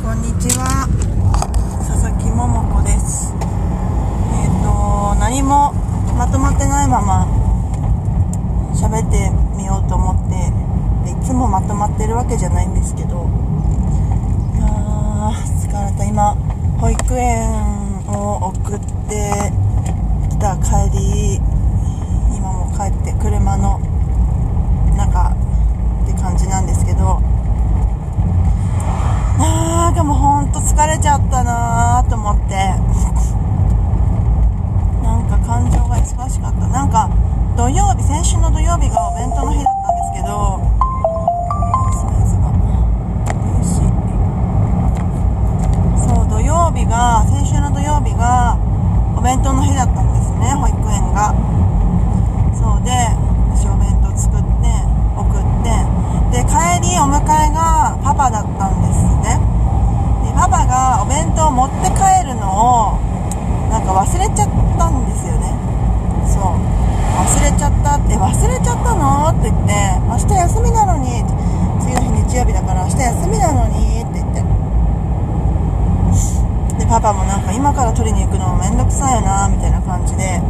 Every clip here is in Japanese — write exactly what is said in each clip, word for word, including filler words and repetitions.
こんにちは、佐々木桃子です。えっと何もまとまってないまま喋ってみようと思って、いつもまとまってるわけじゃないんですけど、いやー疲れた。今保育園を送ってきた帰り、今も帰って車の中って感じなんですけど、あーでもほんと疲れちゃったなーと思って、なんか感情が忙しかった。なんか土曜日、先週の土曜日がお弁当の日だったんですけど、スペースがよしそう土曜日が先週の土曜日がお弁当の日だったんですね、保育園が。そうで、私お弁当作って送って、で帰りお迎えがパパだったんですね。でパパがお弁当持って帰るのをなんか忘れちゃったんですよね。そう忘れちゃったって、忘れちゃったのって言って、明日休みなのに、次の日日曜日だから明日休みなのにって言って、でパパもなんか今から取りに行くのもめんどくさいよなみたいな感じで、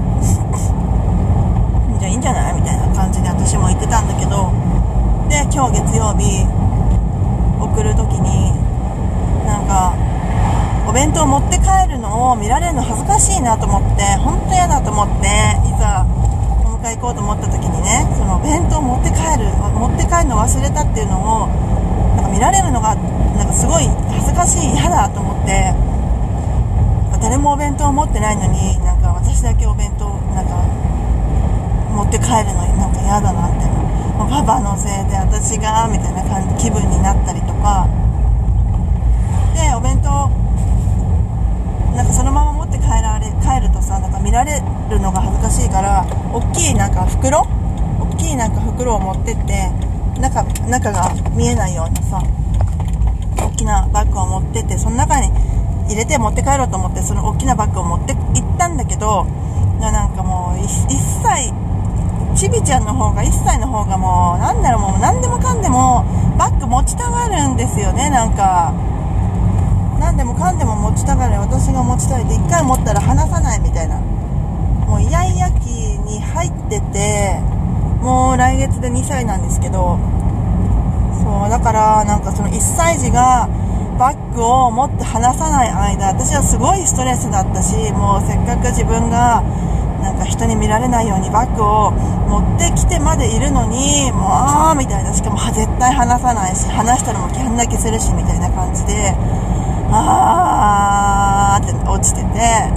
じゃあいいんじゃないみたいな感じで私も言ってたんだけど、で今日月曜日送る時になんかお弁当持って帰るのを見られるの恥ずかしいなと思って、本当嫌だと思って、いざお迎え行こうと思った時にね、そのお弁当持って帰る持って帰るの忘れたっていうのをなんか見られるのがなんかすごい恥ずかしい、嫌だと思って、誰もお弁当持ってないのになんか私だけお弁当なんか持って帰るのなんか嫌だなみたいな、パパのせいで私がみたいな感じ気分になったりとかで、お弁当なんかそのまま持って帰られ帰るとさ、なんか見られるのが恥ずかしいから、大きいなんか袋大きいなんか袋を持ってって、中中が見えないようなさ大きなバッグを持ってって、その中に入れて持って帰ろうと思って、その大きなバッグを持って行ったんだけど、なんかもういっさいちびちゃんの方がいっさいの方がもうなんだろう、もう何でもかんでもバッグ持ちたがるんですよね。なんか何でもかんでも持ちたがる、私が持ちたいで、いっかい持ったら離さないみたいな、もうイヤイヤ期に入ってて、もう来月でにさいなんですけど、そうだからなんかそのいっさい児がバッグを持って離さない間、私はすごいストレスだったし、もうせっかく自分がなんか人に見られないようにバッグを持ってきてまでいるのに、もうあーみたいな、しかも絶対離さないし、離したらもうギャン泣きするしみたいな感じで、あーって落ちてて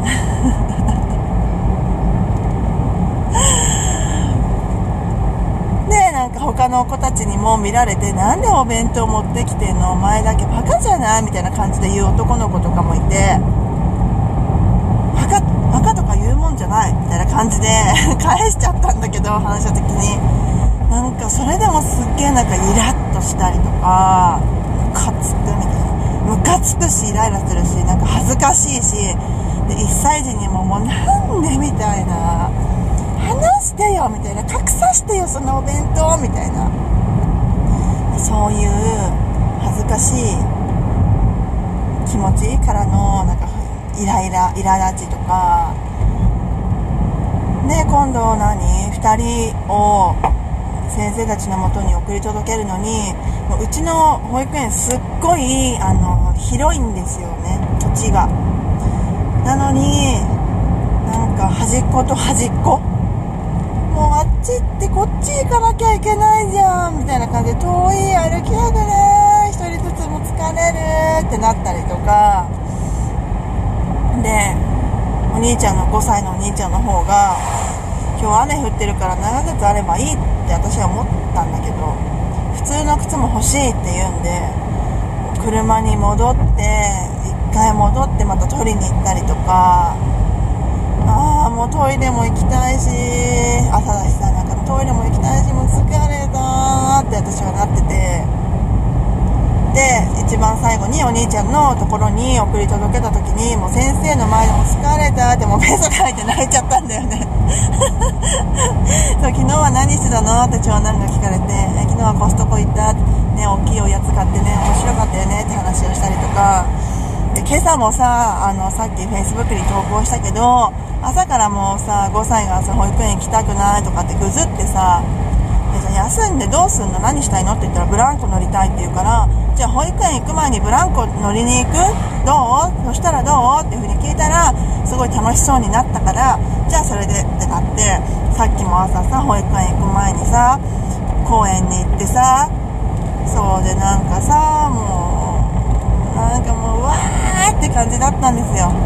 でなんか他の子たちにも見られて、なんでお弁当持ってきてんの、お前だけバカじゃないみたいな感じで言う男の子とかもいて、バカバカとか言うもんじゃないみたいな感じで返しちゃったんだけど、話した時になんかそれでもすっげえなんかイラッとしたりとか、ムカつくみたいな、ムカつくしイライラするし、なんか恥ずかしいし、でいっさい児にももうなんでみたいな、話してよみたいな、隠さしてよそのお弁当みたいな、そういう恥ずかしい気持ちからのなんかイライライラ立ちとかで、今度何ふたりを先生たちの元に送り届けるのに、うちの保育園すっごいあの広いんですよね、土地が。なのになんか端っこと端っこ、もうあっち行ってこっち行かなきゃいけないじゃんみたいな感じで、遠い、歩きたくない、一人ずつも疲れるってなったりとかで、お兄ちゃんのごさいのお兄ちゃんの方が、今日雨降ってるから長靴あればいいって私は思ったんだけど、普通の靴も欲しいって言うんで、車に戻って一回戻ってまた取りに行ったりとか、ああもうトイレも行きたいし、朝だしさ、なんかトイレも行きたいし、もう疲れたーって私はなってて、で一番最後にお兄ちゃんのところに送り届けた時に、もう先生の前でも疲れたってもうベソ書いて泣いちゃったんだよねそう、昨日は何してたのって長男が聞かれて、昨日はコストコ行った、ね、大きいおやつ買ってね、面白かったよねって話をしたりとか、 今朝もさ、あの、さっき Facebook に投稿したけど、朝からもうさ、ごさいがさ、保育園行きたくないとかってぐずってさ、でじゃあ休んでどうすんの、何したいのって言ったらブランコ乗りたいって言うから、じゃあ保育園行く前にブランコ乗りに行く？どう？そしたらどう？っていう風に聞いたら、すごい楽しそうになったから、じゃあそれでってなって、さっきも朝さ、保育園行く前にさ、公園に行ってさ、そうでなんかさ、もう、なんかもう、うわーって感じだったんですよ。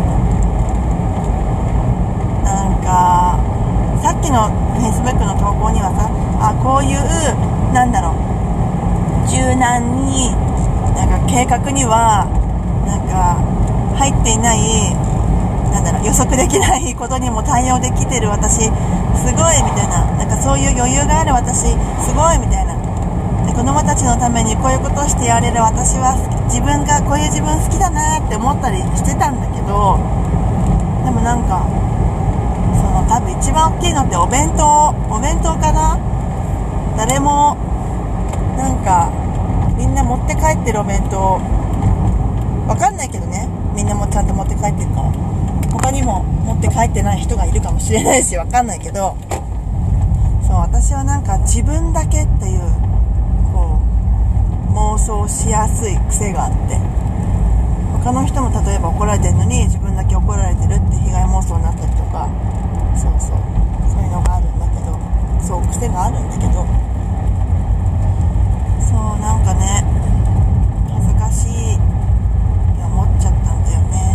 なんか、さっきの Facebook の投稿にはさ、あ、こういう、なんだろう、柔軟に、なんか計画には、なんか、入っていない、なんだろう、予測できないことにも対応できてる私、すごいみたいな、なんかそういう余裕がある私、すごいみたいな。で、子供たちのためにこういうことをしてやれる私は、自分がこういう自分好きだなって思ったりしてたんだけど、でもなんか、その多分一番大きいのってお弁当、お弁当かな？誰も、なんか、みんな持って帰ってるお弁当、わかんないけどね、みんなもちゃんと持って帰ってるから。他にも持って帰ってない人がいるかもしれないし、わかんないけど、そう、私はなんか自分だけっていう、こう、妄想しやすい癖があって、他の人も例えば怒られてるのに自分だけ怒られてるって被害妄想になったりとか、そうそう、そういうのがあるんだけど、そう癖があるんだけど、そうなんかね、恥ずかしいって思っちゃったんだよね。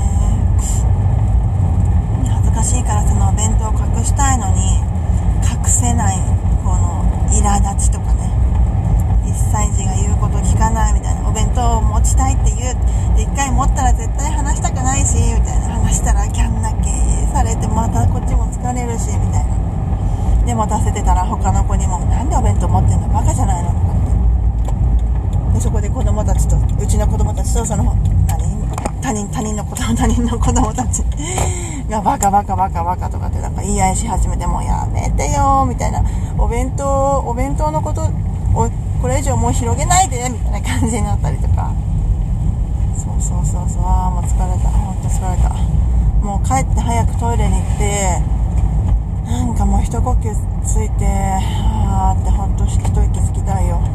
恥ずかしいからそのお弁当を隠したいのに隠せないこの苛立ちとかね、いっさい児が言うこと聞かないみたいな、お弁当を持ちたいって言うで、一回持ったら絶対話したくないしみたいな、話したらギャン泣きされてまたこっちも疲れるしみたいな。で持たせてたら他の子にも、なんでお弁当持ってんの、バカじゃないのとかって。でそこで子供たちと、うちの子供たちとその何他人他人の子供他人の子供たちがバカバカバカバカとかってなんか言い合いし始めて、もうやめてよみたいな、お弁当お弁当のことをこれ以上もう広げないでみたいな感じになったりとか。そうそうそうそう、ああもう疲れた、ほんと疲れた。もう帰って早くトイレに行って、なんかもう一呼吸ついて、あーってほんと一息つきたいよ。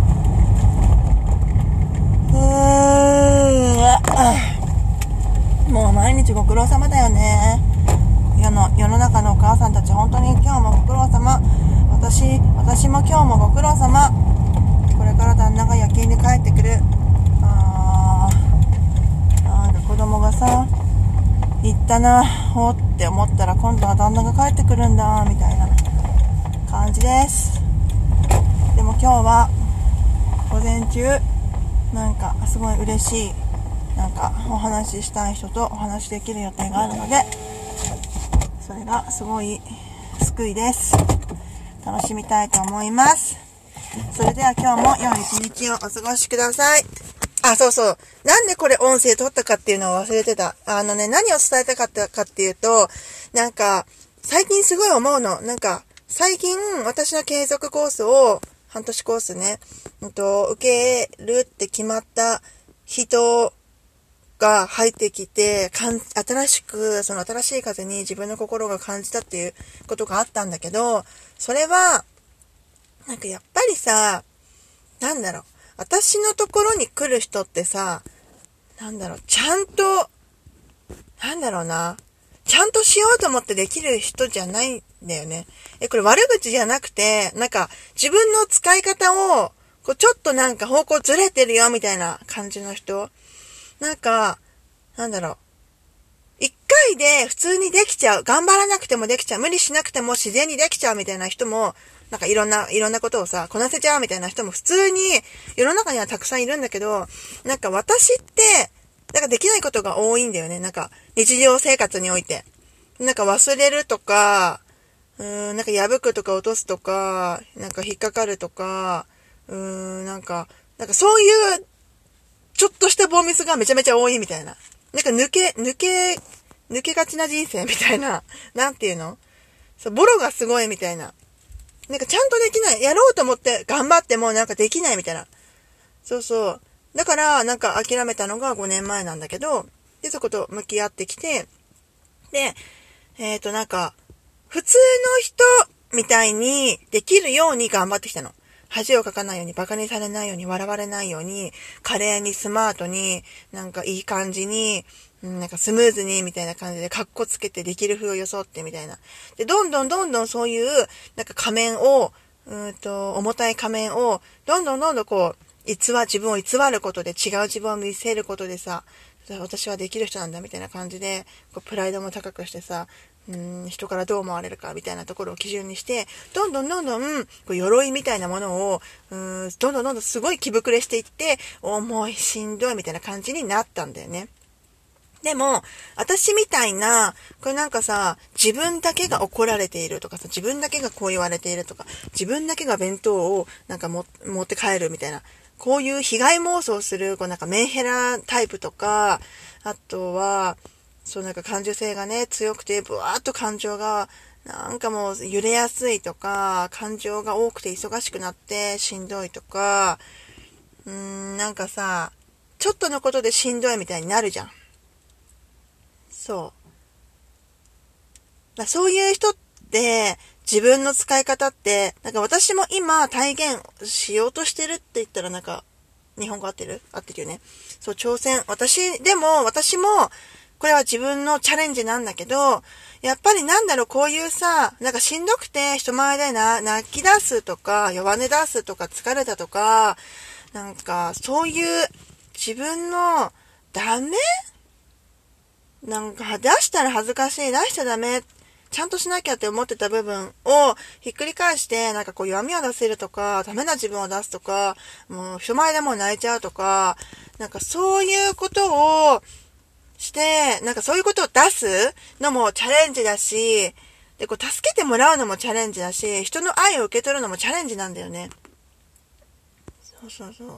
うーん、もう毎日ご苦労様だよね。世の世の中のお母さんたち、本当に今日もご苦労様。私私も今日もご苦労様。これから旦那が夜勤で帰ってくる。あー、なんか子供がさ、行ったなほって思ったら、今度は旦那が帰ってくるんだみたいな感じです。でも今日は午前中、なんかすごい嬉しい、なんかお話ししたい人とお話しできる予定があるので、それがすごい救いです。楽しみたいと思います。それでは今日も良い一日をお過ごしください。あ、そうそう。なんでこれ音声撮ったかっていうのを忘れてた。あのね、何を伝えたかったかっていうと、なんか、最近すごい思うの。なんか、最近私の継続コースを、半年コースね、うんと、受けるって決まった人が入ってきて、かん、新しく、その新しい風に自分の心が感じたっていうことがあったんだけど、それは、なんかやっぱりさ、なんだろう、私のところに来る人ってさ、なんだろう、ちゃんと、なんだろうな、ちゃんとしようと思ってできる人じゃないんだよね。え、これ悪口じゃなくて、なんか自分の使い方を、こうちょっとなんか方向ずれてるよみたいな感じの人。なんか、なんだろう。一回で普通にできちゃう。頑張らなくてもできちゃう。無理しなくても自然にできちゃうみたいな人も、なんかいろんな、いろんなことをさ、こなせちゃうみたいな人も普通に世の中にはたくさんいるんだけど、なんか私って、なんかできないことが多いんだよね。なんか日常生活において。なんか忘れるとか、うーん、なんか破くとか落とすとか、なんか引っかかるとか、うーん、なんか、なんかそういう、ちょっとしたボーミスがめちゃめちゃ多いみたいな。なんか抜け、抜け、抜けがちな人生みたいな。なんていうの？そう、ボロがすごいみたいな。なんかちゃんとできない。やろうと思って頑張ってもなんかできないみたいな。そうそう。だからなんか諦めたのがごねんまえなんだけど、 で、そこと向き合ってきて、で、えっと、なんか、普通の人みたいにできるように頑張ってきたの。恥をかかないように、バカにされないように、笑われないように、華麗にスマートに、なんかいい感じに、なんかスムーズに、みたいな感じで、カッコつけてできる風を装って、みたいな。で、どんどんどんどんそういう、なんか仮面を、うーんと、重たい仮面を、どんどんどんどんこう、偽、自分を偽ることで、違う自分を見せることでさ、私はできる人なんだみたいな感じでこうプライドも高くしてさ、うーん人からどう思われるかみたいなところを基準にして、どんどんどんどんこう鎧みたいなものをうーんどんどんどんどんすごい気膨れしていって、重いしんどいみたいな感じになったんだよね。でも私みたいなこれなんかさ、自分だけが怒られているとかさ、自分だけがこう言われているとか、自分だけが弁当をなんかも持って帰るみたいな、こういう被害妄想するこうなんかメンヘラタイプとか、あとはそうなんか感受性がね強くてブワーッと感情がなんかもう揺れやすいとか、感情が多くて忙しくなってしんどいとか、うーんなんかさちょっとのことでしんどいみたいになるじゃん。そうだそういう人って自分の使い方ってなんか私も今体現しようとしてるって言ったらなんか日本語合ってる合ってるよね。そう挑戦私でも私もこれは自分のチャレンジなんだけど、やっぱりなんだろう、こういうさなんかしんどくて人前でな泣き出すとか弱音出すとか疲れたとか、なんかそういう自分のダメなんか出したら恥ずかしい、出しちゃダメ、ちゃんとしなきゃって思ってた部分をひっくり返して、なんかこう弱みを出せるとか、ダメな自分を出すとか、もう人前でもう泣いちゃうとか、なんかそういうことをして、なんかそういうことを出すのもチャレンジだし、でこう助けてもらうのもチャレンジだし、人の愛を受け取るのもチャレンジなんだよね。そうそうそう。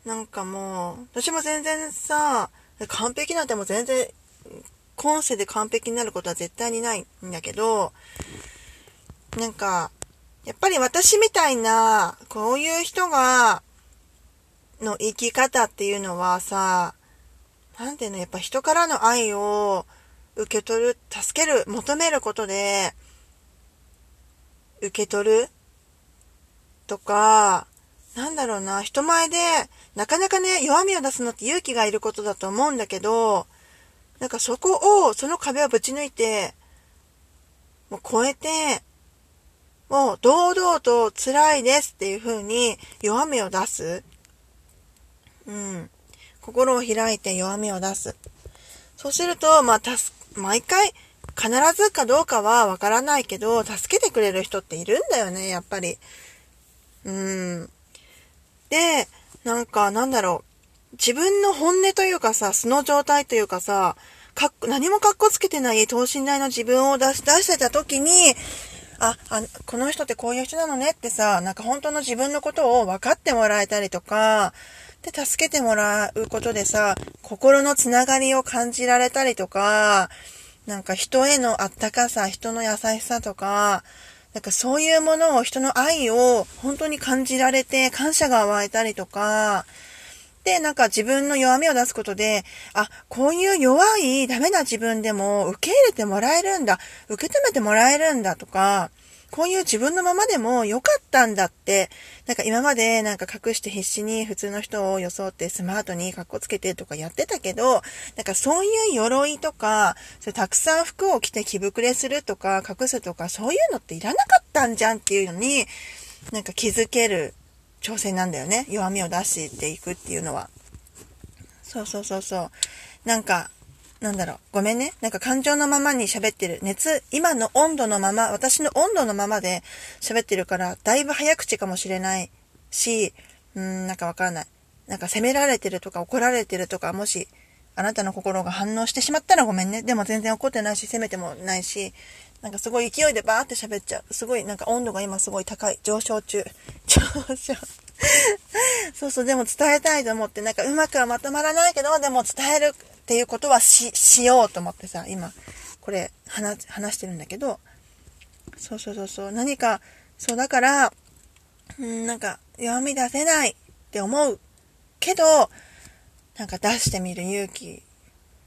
なんかもう私も全然さ、完璧なんてもう全然今世で完璧になることは絶対にないんだけど、なんかやっぱり私みたいなこういう人がの生き方っていうのはさ、なんていうの、やっぱ人からの愛を受け取る、助ける、求めることで受け取るとか、なんだろうな、人前でなかなかね弱みを出すのって勇気がいることだと思うんだけど、なんかそこをその壁をぶち抜いてもう超えて、もう堂々と辛いですっていう風に弱みを出す、うん心を開いて弱みを出す。そうするとまあたす毎回必ずかどうかはわからないけど助けてくれる人っているんだよね、やっぱり。うんで、なんかなんだろう、自分の本音というかさ、素の状態というかさ、かっ何もかっこつけてない等身大の自分を出し出してた時に、ああこの人ってこういう人なのねってさ、なんか本当の自分のことを分かってもらえたりとかで、助けてもらうことでさ、心のつながりを感じられたりとか、なんか人へのあったかさ、人の優しさとか、なんかそういうものを、人の愛を本当に感じられて感謝が湧いたりとかで、なんか自分の弱みを出すことで、あ、こういう弱いダメな自分でも受け入れてもらえるんだ、受け止めてもらえるんだとか、こういう自分のままでも良かったんだって、なんか今までなんか隠して必死に普通の人を装ってスマートに格好つけてとかやってたけど、なんかそういう鎧とか、それたくさん服を着て着膨れするとか隠すとか、そういうのっていらなかったんじゃんっていうのに、なんか気づける挑戦なんだよね、弱みを出していくっていうのは。そうそうそうそう。なんかなんだろう、ごめんね、なんか感情のままに喋ってる、熱今の温度のまま、私の温度のままで喋ってるからだいぶ早口かもしれないし、うーんなんかわからない、なんか責められてるとか怒られてるとか、もしあなたの心が反応してしまったらごめんね。でも全然怒ってないし責めてもないし、なんかすごい勢いでバーって喋っちゃう。すごいなんか温度が今すごい高い、上昇中上昇そうそう、でも伝えたいと思って、なんかうまくはまとまらないけど、でも伝えるっていうことは し, しようと思ってさ、今これ 話, 話してるんだけど、そうそうそうそう、何かそうだから、んなんか弱み出せないって思うけど、なんか出してみる勇気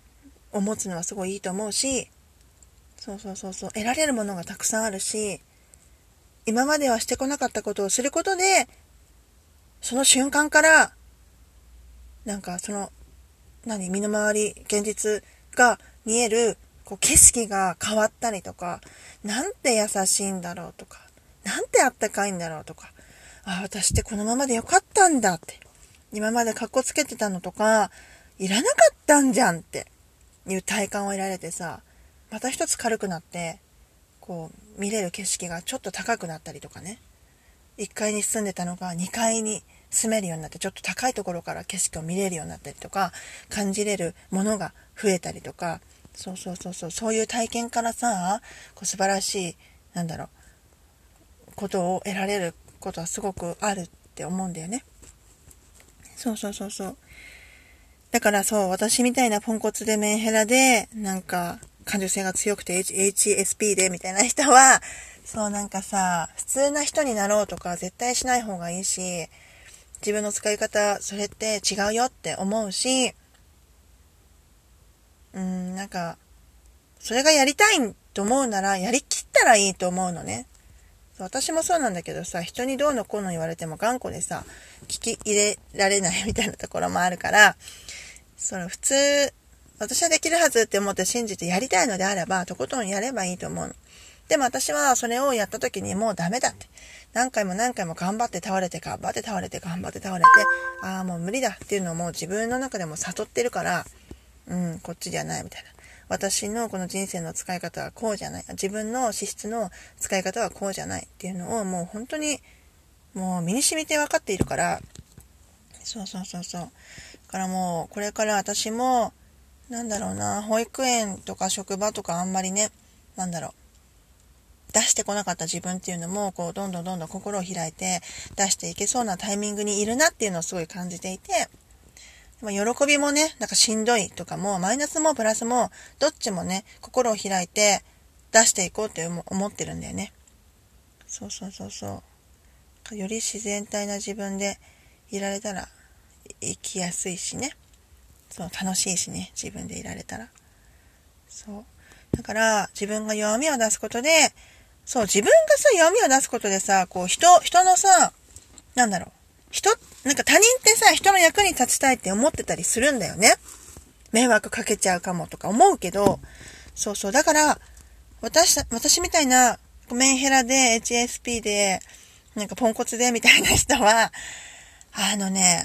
を持つのはすごいいいと思うし、そうそうそうそう、得られるものがたくさんあるし、今まではしてこなかったことをすることで、その瞬間からなんかその何身の回り現実が見えるこう景色が変わったりとか、なんて優しいんだろうとか、なんてあったかいんだろうとか、あ、私ってこのままでよかったんだって、今までカッコつけてたのとかいらなかったんじゃんっていう体感を得られてさ、また一つ軽くなって、こう見れる景色がちょっと高くなったりとかね、いっかいに住んでたのがにかいに住めるようになって、ちょっと高いところから景色を見れるようになったりとか、感じれるものが増えたりとか、そうそうそうそう、そういう体験からさ、こう素晴らしいなんだろうことを得られることはすごくあるって思うんだよね。そうそうそうそう。だからそう、私みたいなポンコツでメンヘラでなんか感受性が強くて エイチエーエスピー でみたいな人は、そうなんかさ、普通な人になろうとか絶対しない方がいいし、自分の使い方それって違うよって思うし、うーんなんかそれがやりたいと思うならやりきったらいいと思うのね。私もそうなんだけどさ、人にどうのこうの言われても頑固でさ、聞き入れられないみたいなところもあるから、その普通私はできるはずって思って信じてやりたいのであればとことんやればいいと思うの。でも私はそれをやった時にもうダメだって、何回も何回も頑張って倒れて頑張って倒れて頑張って倒れて、ああもう無理だっていうのをもう自分の中でも悟ってるから、うんこっちじゃないみたいな、私のこの人生の使い方はこうじゃない、自分の資質の使い方はこうじゃないっていうのをもう本当にもう身に染みて分かっているから、そうそうそうそう、だからもうこれから私もなんだろうな、保育園とか職場とかあんまりね、なんだろう出してこなかった自分っていうのもこうどんどんどんどん心を開いて出していけそうなタイミングにいるなっていうのをすごい感じていて、喜びもね、なんかしんどいとかもマイナスもプラスもどっちもね、心を開いて出していこうって思ってるんだよね。そうそうそうそう、より自然体な自分でいられたら生きやすいしね、そう楽しいしね、自分でいられたら。そうだから自分が弱みを出すことで、そう自分がさ弱みを出すことでさ、こう人人のさ、なんだろう、人なんか他人ってさ、人の役に立ちたいって思ってたりするんだよね。迷惑かけちゃうかもとか思うけど、そうそう、だから私私みたいなメンヘラで エイチエスピー でなんかポンコツでみたいな人は、あのね、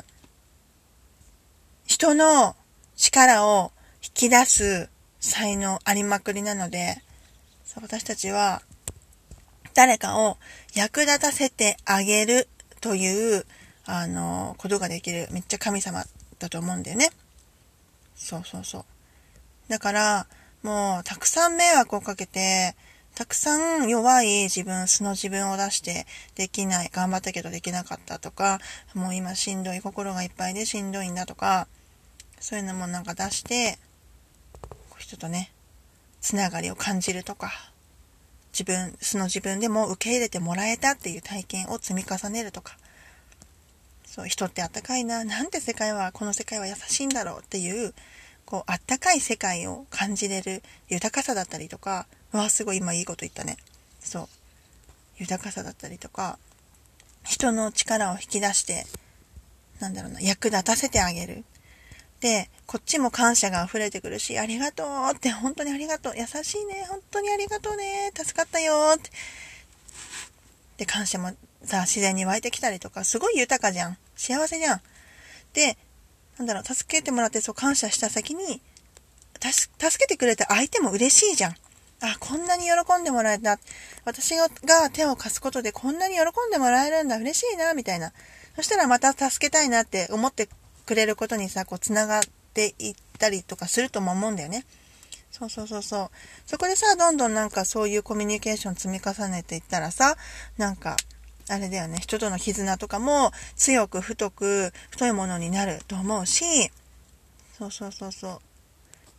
人の力を引き出す才能ありまくりなので、私たちは誰かを役立たせてあげるというあのことができるめっちゃ神様だと思うんだよね。そうそうそう、だからもうたくさん迷惑をかけて、たくさん弱い自分、素の自分を出してできない、頑張ったけどできなかったとか、もう今しんどい、心がいっぱいでしんどいんだとか、そういうのもなんか出して人とねつながりを感じるとか、自分素の自分でも受け入れてもらえたっていう体験を積み重ねるとか、そう人ってあったかいな、なんて世界はこの世界は優しいんだろうっていう、こうあったかい世界を感じれる豊かさだったりとか、うわすごい今いいこと言ったね、そう豊かさだったりとか、人の力を引き出してなんだろうな、役立たせてあげる。でこっちも感謝が溢れてくるし、ありがとうって、本当にありがとう、優しいね、本当にありがとうね、助かったよってで感謝もさ自然に湧いてきたりとか、すごい豊かじゃん、幸せじゃん。でなんだろう、助けてもらってそう感謝した先に助けてくれた相手も嬉しいじゃん。あ、こんなに喜んでもらえた、私が手を貸すことでこんなに喜んでもらえるんだ、嬉しいなみたいな。そしたらまた助けたいなって思ってくれることにさ、こうつながっていったりとかするとも思うんだよね。そうそうそうそう、そこでさ、どんどんなんかそういうコミュニケーション積み重ねていったらさ、なんかあれだよね、人との絆とかも強く太く太いものになると思うし、そうそうそうそう、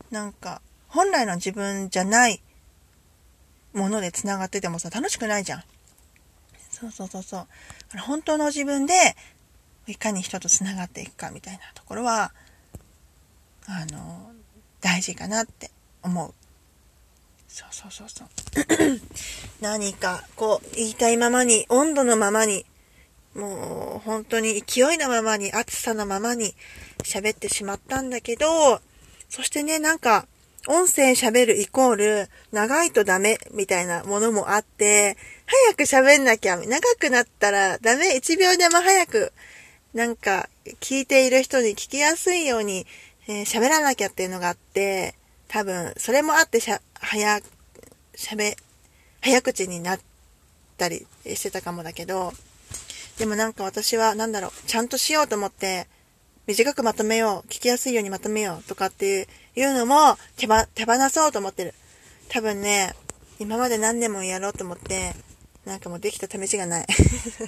なんか本来の自分じゃないものでつながっててもさ楽しくないじゃん。そうそうそうそう、本当の自分でいかに人とつながっていくかみたいなところはあの大事かなって思う。そうそうそうそう何かこう言いたいままに、温度のままに、もう本当に勢いのままに、暑さのままに喋ってしまったんだけど、そしてね、なんか音声喋るイコール長いとダメみたいなものもあって、早く喋んなきゃ、長くなったらダメ、いちびょうでも早くなんか聞いている人に聞きやすいようにえー、喋らなきゃっていうのがあって、多分それもあってしゃ早喋早口になったりしてたかもだけど、でもなんか私はなんだろう、ちゃんとしようと思って短くまとめよう、聞きやすいようにまとめようとかっていうのも手ば手放そうと思ってる。多分ね、今まで何年もやろうと思ってなんかもうできた試しがない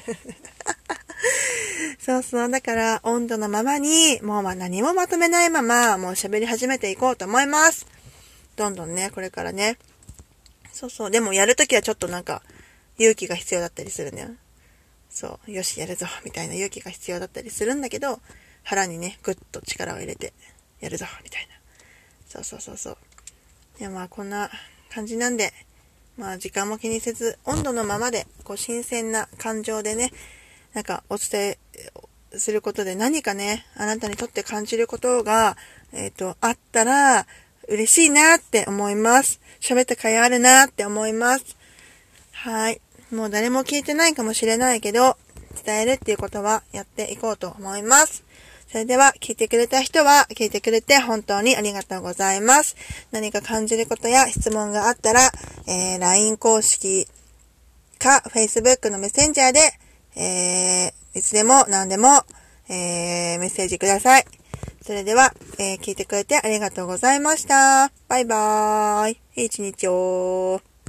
そうそう。だから、温度のままに、もうまあ何もまとめないまま、もう喋り始めていこうと思います。どんどんね、これからね。そうそう。でもやるときはちょっとなんか、勇気が必要だったりするんだよ。そう。よし、やるぞ、みたいな勇気が必要だったりするんだけど、腹にね、ぐっと力を入れて、やるぞ、みたいな。そうそうそうそう。いやまあこんな感じなんで、まあ時間も気にせず、温度のままで、こう新鮮な感情でね、なんかお伝えすることで何かね、あなたにとって感じることが、えっと、あったら嬉しいなって思います。喋った甲斐あるなって思います。はい。もう誰も聞いてないかもしれないけど、伝えるっていうことはやっていこうと思います。それでは、聞いてくれた人は、聞いてくれて本当にありがとうございます。何か感じることや質問があったら、えー、ライン 公式か Facebook のメッセンジャーで、えー、いつでも何でも、えー、メッセージください。それでは、えー、聞いてくれてありがとうございました。バイバーイ。いい一日を。